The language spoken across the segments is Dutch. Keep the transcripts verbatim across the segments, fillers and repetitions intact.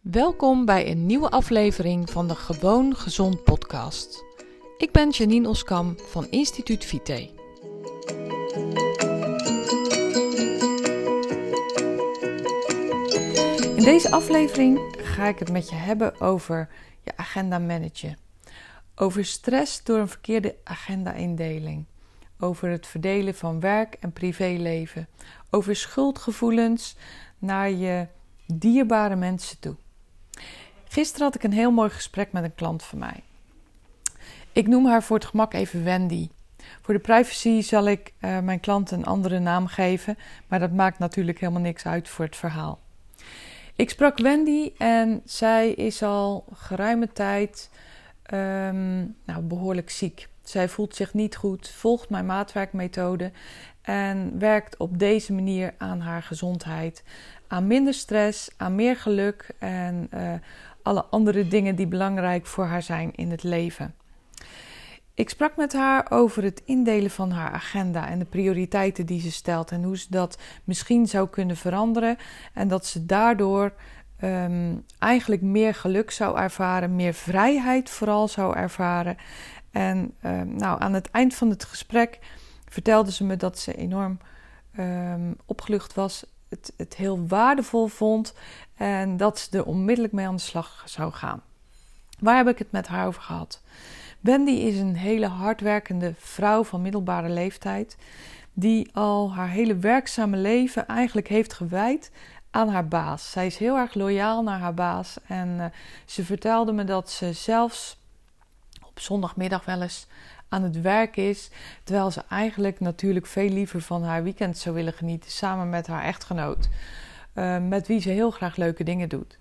Welkom bij een nieuwe aflevering van de Gewoon Gezond podcast. Ik ben Janine Oskam van Instituut Vitae. In deze aflevering ga ik het met je hebben over je agenda managen. Over stress door een verkeerde agenda-indeling. Over het verdelen van werk en privéleven. Over schuldgevoelens naar je dierbare mensen toe. Gisteren had ik een heel mooi gesprek met een klant van mij. Ik noem haar voor het gemak even Wendy. Voor de privacy zal ik uh, mijn klant een andere naam geven, maar dat maakt natuurlijk helemaal niks uit voor het verhaal. Ik sprak Wendy en zij is al geruime tijd um, nou, behoorlijk ziek. Zij voelt zich niet goed, volgt mijn maatwerkmethode en werkt op deze manier aan haar gezondheid. Aan minder stress, aan meer geluk en uh, alle andere dingen die belangrijk voor haar zijn in het leven. Ik sprak met haar over het indelen van haar agenda en de prioriteiten die ze stelt en hoe ze dat misschien zou kunnen veranderen en dat ze daardoor um, eigenlijk meer geluk zou ervaren, meer vrijheid vooral zou ervaren. En um, nou, aan het eind van het gesprek vertelde ze me dat ze enorm um, opgelucht was, het, het heel waardevol vond en dat ze er onmiddellijk mee aan de slag zou gaan. Waar heb ik het met haar over gehad? Wendy is een hele hardwerkende vrouw van middelbare leeftijd die al haar hele werkzame leven eigenlijk heeft gewijd aan haar baas. Zij is heel erg loyaal naar haar baas en uh, ze vertelde me dat ze zelfs op zondagmiddag wel eens aan het werk is, terwijl ze eigenlijk natuurlijk veel liever van haar weekend zou willen genieten samen met haar echtgenoot, uh, met wie ze heel graag leuke dingen doet.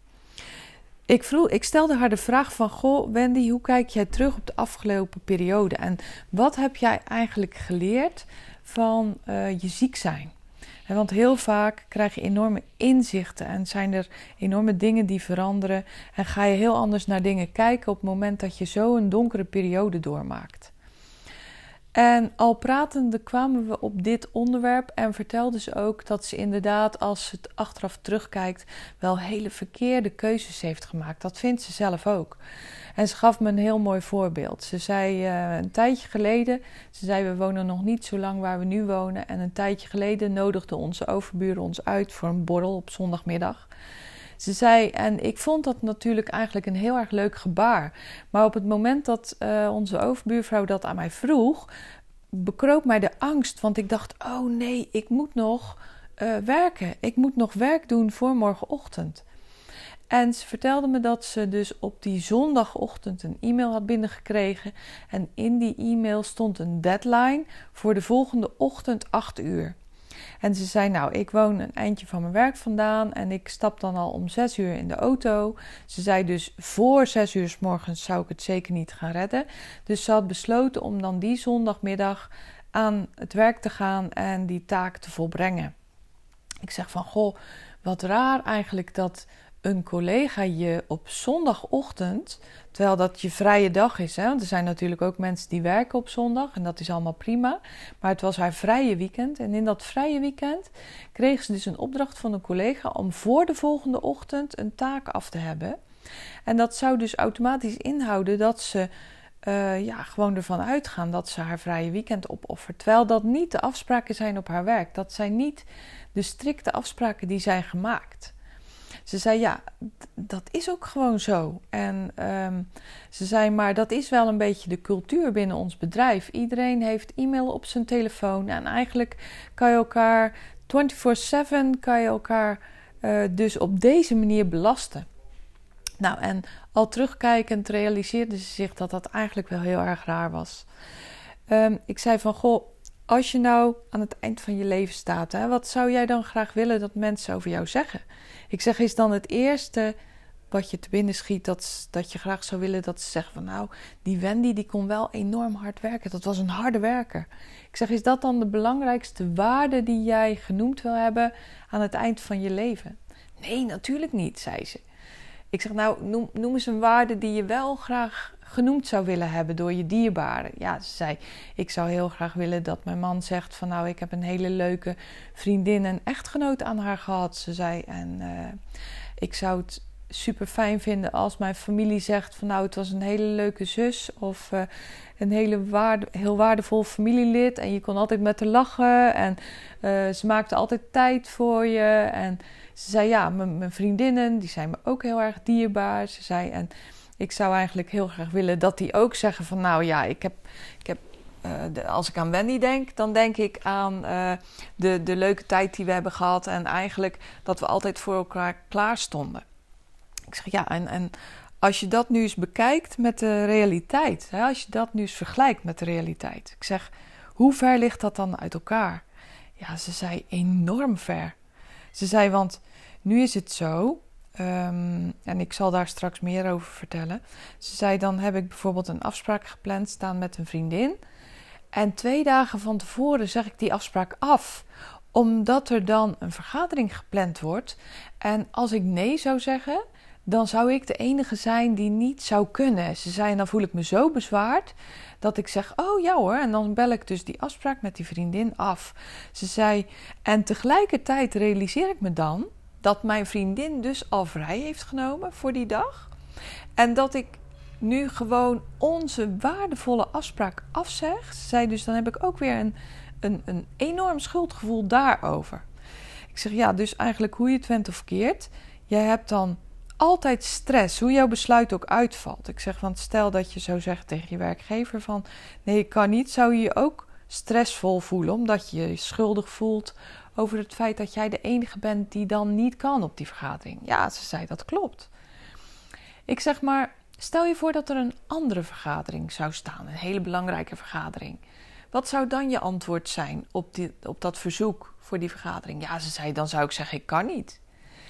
Ik, vroeg, ik stelde haar de vraag van, goh Wendy, hoe kijk jij terug op de afgelopen periode en wat heb jij eigenlijk geleerd van uh, je ziek zijn? En want heel vaak krijg je enorme inzichten en zijn er enorme dingen die veranderen en ga je heel anders naar dingen kijken op het moment dat je zo een donkere periode doormaakt. En al pratende kwamen we op dit onderwerp en vertelde ze ook dat ze inderdaad, als ze het achteraf terugkijkt, wel hele verkeerde keuzes heeft gemaakt. Dat vindt ze zelf ook. En ze gaf me een heel mooi voorbeeld. Ze zei uh, een tijdje geleden, ze zei we wonen nog niet zo lang waar we nu wonen. En een tijdje geleden nodigde onze overburen ons uit voor een borrel op zondagmiddag. Ze zei, en ik vond dat natuurlijk eigenlijk een heel erg leuk gebaar. Maar op het moment dat uh, onze overbuurvrouw dat aan mij vroeg, bekroop mij de angst. Want ik dacht, oh nee, ik moet nog uh, werken. Ik moet nog werk doen voor morgenochtend. En ze vertelde me dat ze dus op die zondagochtend een e-mail had binnengekregen. En in die e-mail stond een deadline voor de volgende ochtend acht uur. En ze zei, nou, ik woon een eindje van mijn werk vandaan en ik stap dan al om zes uur in de auto. Ze zei dus, voor zes uur 's morgens zou ik het zeker niet gaan redden. Dus ze had besloten om dan die zondagmiddag aan het werk te gaan en die taak te volbrengen. Ik zeg van, goh, wat raar eigenlijk dat een collega je op zondagochtend, terwijl dat je vrije dag is, hè, want er zijn natuurlijk ook mensen die werken op zondag en dat is allemaal prima, maar het was haar vrije weekend en in dat vrije weekend kreeg ze dus een opdracht van een collega om voor de volgende ochtend een taak af te hebben. En dat zou dus automatisch inhouden dat ze uh, ja, gewoon ervan uitgaan dat ze haar vrije weekend opoffert, terwijl dat niet de afspraken zijn op haar werk. Dat zijn niet de strikte afspraken die zijn gemaakt. Ze zei, ja, dat is ook gewoon zo. En um, ze zei, maar dat is wel een beetje de cultuur binnen ons bedrijf. Iedereen heeft e-mail op zijn telefoon. En eigenlijk kan je elkaar vierentwintig zeven kan je elkaar uh, dus op deze manier belasten. Nou, en al terugkijkend realiseerde ze zich dat dat eigenlijk wel heel erg raar was. Um, ik zei van, goh, als je nou aan het eind van je leven staat, hè, wat zou jij dan graag willen dat mensen over jou zeggen? Ik zeg, is dan het eerste wat je te binnen schiet dat, dat je graag zou willen dat ze zeggen van, nou, die Wendy die kon wel enorm hard werken. Dat was een harde werker. Ik zeg, is dat dan de belangrijkste waarde die jij genoemd wil hebben aan het eind van je leven? Nee, natuurlijk niet, zei ze. Ik zeg, nou, noem, noem eens een waarde die je wel graag genoemd zou willen hebben door je dierbaren. Ja, ze zei, ik zou heel graag willen dat mijn man zegt van, nou, ik heb een hele leuke vriendin en echtgenoot aan haar gehad. Ze zei, en uh, ik zou het super fijn vinden als mijn familie zegt van nou, het was een hele leuke zus of uh, een hele waarde, heel waardevol familielid en je kon altijd met haar lachen en uh, ze maakte altijd tijd voor je. En ze zei ja, mijn vriendinnen die zijn me ook heel erg dierbaar. Ze zei en ik zou eigenlijk heel graag willen dat die ook zeggen van nou ja, ik heb, ik heb uh, de, als ik aan Wendy denk, dan denk ik aan uh, de, de leuke tijd die we hebben gehad en eigenlijk dat we altijd voor elkaar klaar stonden. Ik zeg ja, en, en als je dat nu eens bekijkt met de realiteit, hè, als je dat nu eens vergelijkt met de realiteit. Ik zeg, hoe ver ligt dat dan uit elkaar? Ja, ze zei enorm ver. Ze zei, want nu is het zo, um, en ik zal daar straks meer over vertellen. Ze zei, dan heb ik bijvoorbeeld een afspraak gepland staan met een vriendin. En twee dagen van tevoren zeg ik die afspraak af, omdat er dan een vergadering gepland wordt. En als ik nee zou zeggen, dan zou ik de enige zijn die niet zou kunnen. Ze zei, en dan voel ik me zo bezwaard dat ik zeg, oh ja hoor. En dan bel ik dus die afspraak met die vriendin af. Ze zei, en tegelijkertijd realiseer ik me dan dat mijn vriendin dus al vrij heeft genomen voor die dag. En dat ik nu gewoon onze waardevolle afspraak afzeg. Ze zei, dus dan heb ik ook weer een, een, een enorm schuldgevoel daarover. Ik zeg, ja, dus eigenlijk hoe je het went of keert. Jij hebt dan altijd stress, hoe jouw besluit ook uitvalt. Ik zeg, want stel dat je zo zegt tegen je werkgever van nee, ik kan niet, zou je je ook stressvol voelen, omdat je je schuldig voelt over het feit dat jij de enige bent die dan niet kan op die vergadering. Ja, ze zei, dat klopt. Ik zeg maar, stel je voor dat er een andere vergadering zou staan, een hele belangrijke vergadering. Wat zou dan je antwoord zijn op, die, op dat verzoek voor die vergadering? Ja, ze zei, dan zou ik zeggen, ik kan niet.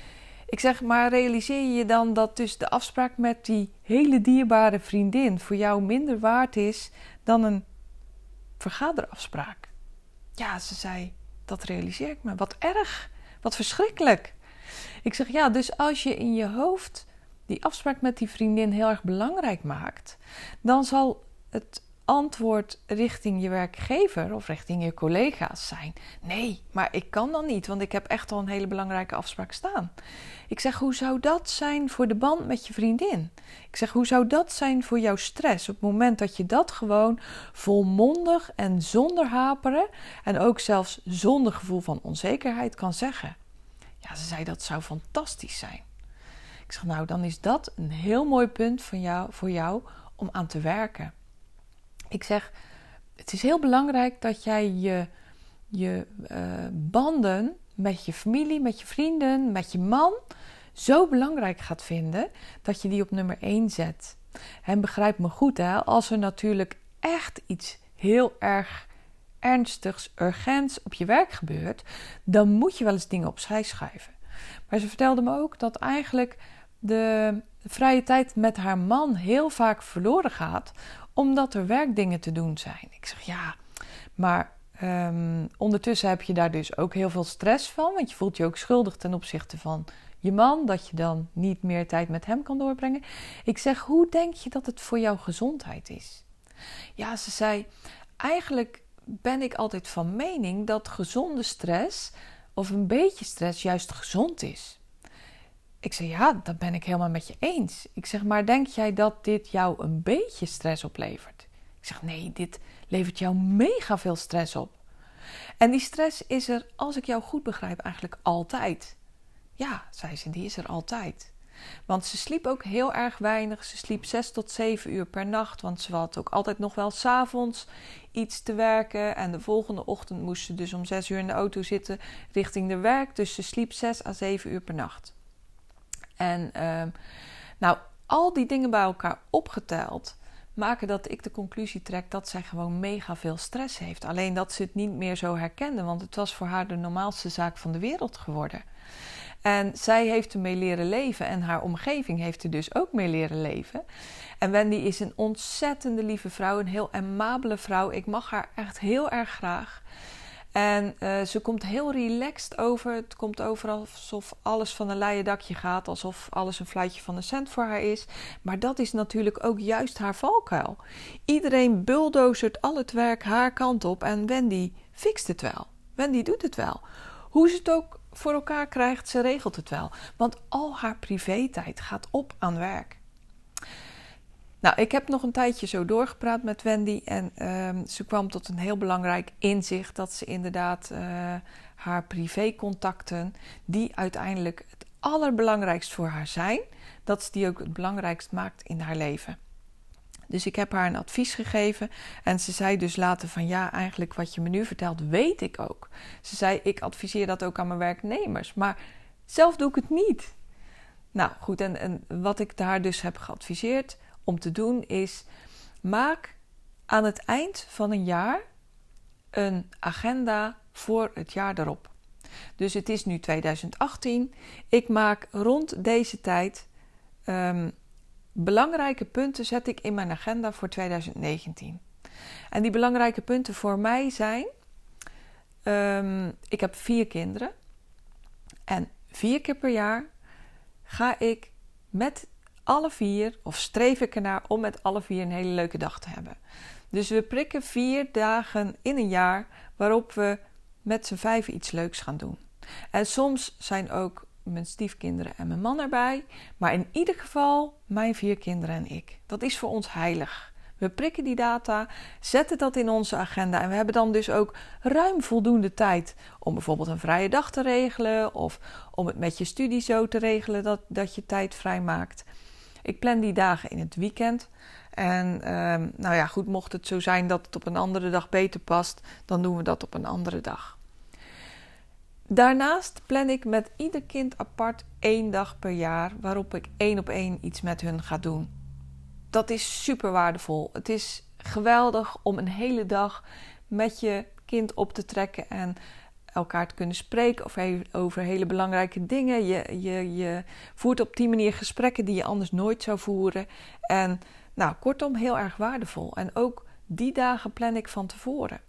Ik zeg, maar realiseer je dan dat dus de afspraak met die hele dierbare vriendin voor jou minder waard is dan een vergaderafspraak? Ja, ze zei, dat realiseer ik me. Wat erg, wat verschrikkelijk. Ik zeg, ja, dus als je in je hoofd die afspraak met die vriendin heel erg belangrijk maakt, dan zal het antwoord richting je werkgever of richting je collega's zijn: nee, maar ik kan dan niet, want ik heb echt al een hele belangrijke afspraak staan. Ik zeg, hoe zou dat zijn voor de band met je vriendin? Ik zeg, hoe zou dat zijn voor jouw stress op het moment dat je dat gewoon volmondig en zonder haperen en ook zelfs zonder gevoel van onzekerheid kan zeggen? Ja, ze zei, dat zou fantastisch zijn. Ik zeg, nou, dan is dat een heel mooi punt van jou, voor jou om aan te werken. Ik zeg, het is heel belangrijk dat jij je, je uh, banden met je familie, met je vrienden, met je man zo belangrijk gaat vinden dat je die op nummer één zet. En begrijp me goed, hè, als er natuurlijk echt iets heel erg ernstigs, urgents op je werk gebeurt, dan moet je wel eens dingen opzij schuiven. Maar ze vertelde me ook dat eigenlijk de vrije tijd met haar man heel vaak verloren gaat, omdat er werkdingen te doen zijn. Ik zeg, ja, maar um, ondertussen heb je daar dus ook heel veel stress van, want je voelt je ook schuldig ten opzichte van je man, dat je dan niet meer tijd met hem kan doorbrengen. Ik zeg, hoe denk je dat het voor jouw gezondheid is? Ja, ze zei, eigenlijk ben ik altijd van mening dat gezonde stress of een beetje stress juist gezond is. Ik zeg, ja, dat ben ik helemaal met je eens. Ik zeg, maar denk jij dat dit jou een beetje stress oplevert? Ik zeg, nee, dit levert jou mega veel stress op. En die stress is er, als ik jou goed begrijp, eigenlijk altijd. Ja, zei ze, die is er altijd. Want ze sliep ook heel erg weinig. Ze sliep zes tot zeven uur per nacht. Want ze had ook altijd nog wel 's avonds iets te werken. En de volgende ochtend moest ze dus om zes uur in de auto zitten richting de werk. Dus ze sliep zes à zeven uur per nacht. En uh, nou, al die dingen bij elkaar opgeteld maken dat ik de conclusie trek dat zij gewoon mega veel stress heeft. Alleen dat ze het niet meer zo herkende, want het was voor haar de normaalste zaak van de wereld geworden. En zij heeft ermee leren leven en haar omgeving heeft er dus ook mee leren leven. En Wendy is een ontzettende lieve vrouw, een heel amabele vrouw. Ik mag haar echt heel erg graag. En uh, ze komt heel relaxed over. Het komt over alsof alles van een leien dakje gaat. Alsof alles een fluitje van een cent voor haar is. Maar dat is natuurlijk ook juist haar valkuil. Iedereen bulldozert al het werk haar kant op. En Wendy fixt het wel. Wendy doet het wel. Hoe ze het ook voor elkaar krijgt, ze regelt het wel. Want al haar privé-tijd gaat op aan werk. Nou, ik heb nog een tijdje zo doorgepraat met Wendy en uh, ze kwam tot een heel belangrijk inzicht dat ze inderdaad uh, haar privécontacten, die uiteindelijk het allerbelangrijkst voor haar zijn, dat ze die ook het belangrijkst maakt in haar leven. Dus ik heb haar een advies gegeven en ze zei dus later van ja, eigenlijk wat je me nu vertelt weet ik ook. Ze zei ik adviseer dat ook aan mijn werknemers, maar zelf doe ik het niet. Nou goed, en, en wat ik haar dus heb geadviseerd om te doen is, maak aan het eind van een jaar een agenda voor het jaar erop. Dus het is nu tweeduizend achttien. Ik maak rond deze tijd um, belangrijke punten zet ik in mijn agenda voor tweeduizend negentien. En die belangrijke punten voor mij zijn, um, ik heb vier kinderen en vier keer per jaar ga ik met alle vier, of streef ik ernaar om met alle vier een hele leuke dag te hebben. Dus we prikken vier dagen in een jaar waarop we met z'n vijven iets leuks gaan doen. En soms zijn ook mijn stiefkinderen en mijn man erbij, maar in ieder geval mijn vier kinderen en ik. Dat is voor ons heilig. We prikken die data, zetten dat in onze agenda en we hebben dan dus ook ruim voldoende tijd om bijvoorbeeld een vrije dag te regelen of om het met je studie zo te regelen dat, dat je tijd vrij maakt. Ik plan die dagen in het weekend. En um, nou ja, goed, mocht het zo zijn dat het op een andere dag beter past, dan doen we dat op een andere dag. Daarnaast plan ik met ieder kind apart één dag per jaar waarop ik één op één iets met hun ga doen. Dat is super waardevol. Het is geweldig om een hele dag met je kind op te trekken en elkaar te kunnen spreken over, over hele belangrijke dingen. Je, je, je voert op die manier gesprekken die je anders nooit zou voeren. En nou, kortom, heel erg waardevol. En ook die dagen plan ik van tevoren.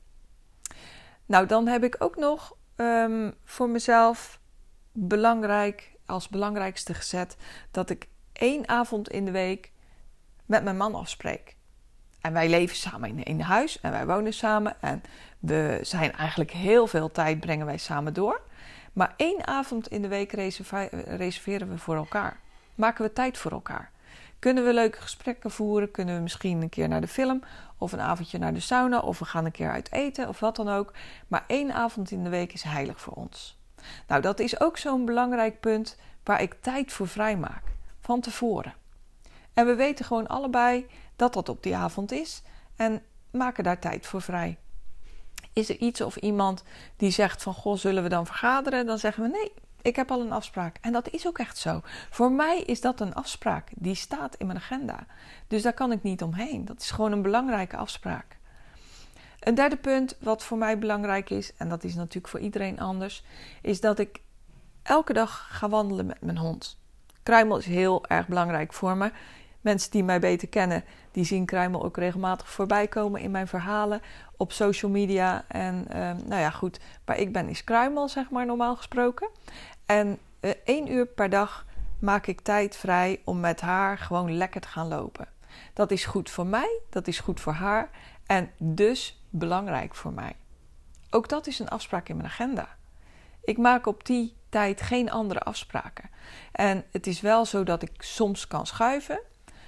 Nou, dan heb ik ook nog um, voor mezelf belangrijk, als belangrijkste gezet, dat ik één avond in de week met mijn man afspreek. En wij leven samen in één huis en wij wonen samen en we zijn eigenlijk heel veel tijd brengen wij samen door. Maar één avond in de week reserveren we voor elkaar. Maken we tijd voor elkaar. Kunnen we leuke gesprekken voeren? Kunnen we misschien een keer naar de film of een avondje naar de sauna of we gaan een keer uit eten of wat dan ook. Maar één avond in de week is heilig voor ons. Nou, dat is ook zo'n belangrijk punt waar ik tijd voor vrij maak. Van tevoren. En we weten gewoon allebei dat dat op die avond is en maken daar tijd voor vrij. Is er iets of iemand die zegt van, goh, zullen we dan vergaderen? Dan zeggen we, nee, ik heb al een afspraak. En dat is ook echt zo. Voor mij is dat een afspraak. Die staat in mijn agenda. Dus daar kan ik niet omheen. Dat is gewoon een belangrijke afspraak. Een derde punt wat voor mij belangrijk is, en dat is natuurlijk voor iedereen anders, is dat ik elke dag ga wandelen met mijn hond. Kruimel is heel erg belangrijk voor me. Mensen die mij beter kennen, die zien Kruimel ook regelmatig voorbij komen in mijn verhalen op social media. En uh, nou ja, goed, waar ik ben is Kruimel, zeg maar, normaal gesproken. En uh, één uur per dag maak ik tijd vrij om met haar gewoon lekker te gaan lopen. Dat is goed voor mij, dat is goed voor haar en dus belangrijk voor mij. Ook dat is een afspraak in mijn agenda. Ik maak op die tijd geen andere afspraken. En het is wel zo dat ik soms kan schuiven.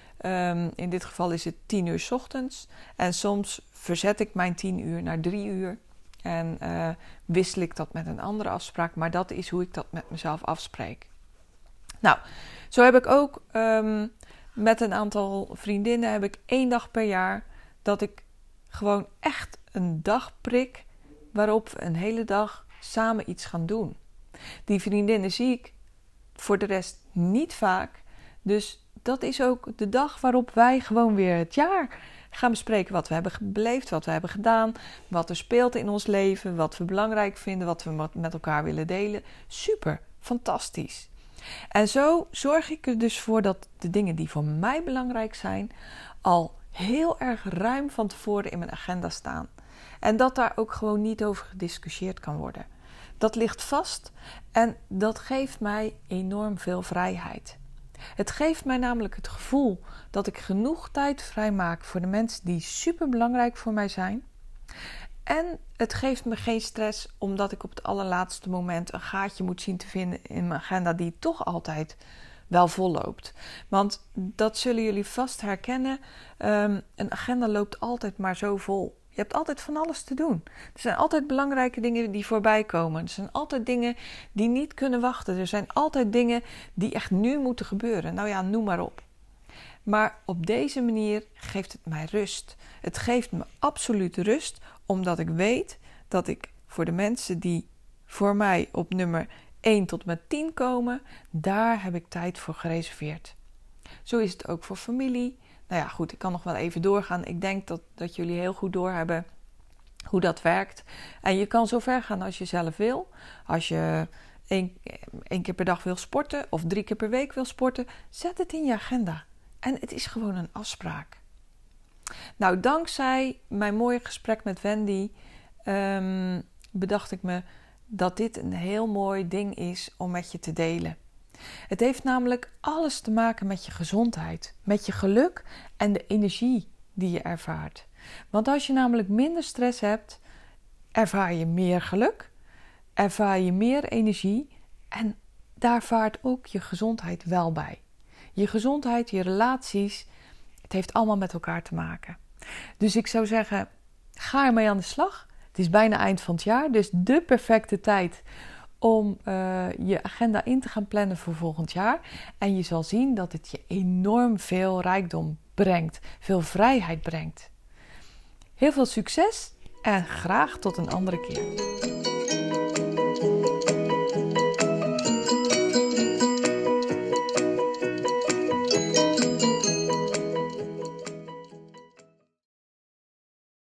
Um, in dit geval is het tien uur 's ochtends. En soms verzet ik mijn tien uur naar drie uur. En uh, wissel ik dat met een andere afspraak. Maar dat is hoe ik dat met mezelf afspreek. Nou, zo heb ik ook um, met een aantal vriendinnen heb ik één dag per jaar dat ik gewoon echt een dag prik waarop we een hele dag samen iets gaan doen. Die vriendinnen zie ik voor de rest niet vaak. Dus dat is ook de dag waarop wij gewoon weer het jaar gaan bespreken wat we hebben beleefd, wat we hebben gedaan, wat er speelt in ons leven, wat we belangrijk vinden, wat we met elkaar willen delen. Super, fantastisch. En zo zorg ik er dus voor dat de dingen die voor mij belangrijk zijn al heel erg ruim van tevoren in mijn agenda staan. En dat daar ook gewoon niet over gediscussieerd kan worden. Dat ligt vast en dat geeft mij enorm veel vrijheid. Het geeft mij namelijk het gevoel dat ik genoeg tijd vrijmaak voor de mensen die super belangrijk voor mij zijn. En het geeft me geen stress omdat ik op het allerlaatste moment een gaatje moet zien te vinden in mijn agenda die toch altijd wel vol loopt. Want dat zullen jullie vast herkennen. Um, een agenda loopt altijd maar zo vol. Je hebt altijd van alles te doen. Er zijn altijd belangrijke dingen die voorbij komen. Er zijn altijd dingen die niet kunnen wachten. Er zijn altijd dingen die echt nu moeten gebeuren. Nou ja, noem maar op. Maar op deze manier geeft het mij rust. Het geeft me absoluut rust, omdat ik weet dat ik voor de mensen die voor mij op nummer één tot met tien komen, daar heb ik tijd voor gereserveerd. Zo is het ook voor familie. Nou ja, goed, ik kan nog wel even doorgaan. Ik denk dat, dat jullie heel goed doorhebben hoe dat werkt. En je kan zo ver gaan als je zelf wil. Als je één, één keer per dag wil sporten of drie keer per week wil sporten, zet het in je agenda. En het is gewoon een afspraak. Nou, dankzij mijn mooie gesprek met Wendy um, bedacht ik me dat dit een heel mooi ding is om met je te delen. Het heeft namelijk alles te maken met je gezondheid, met je geluk en de energie die je ervaart. Want als je namelijk minder stress hebt, ervaar je meer geluk, ervaar je meer energie en daar vaart ook je gezondheid wel bij. Je gezondheid, je relaties, het heeft allemaal met elkaar te maken. Dus ik zou zeggen, ga ermee aan de slag. Het is bijna eind van het jaar, dus de perfecte tijd om uh, je agenda in te gaan plannen voor volgend jaar. En je zal zien dat het je enorm veel rijkdom brengt, veel vrijheid brengt. Heel veel succes en graag tot een andere keer.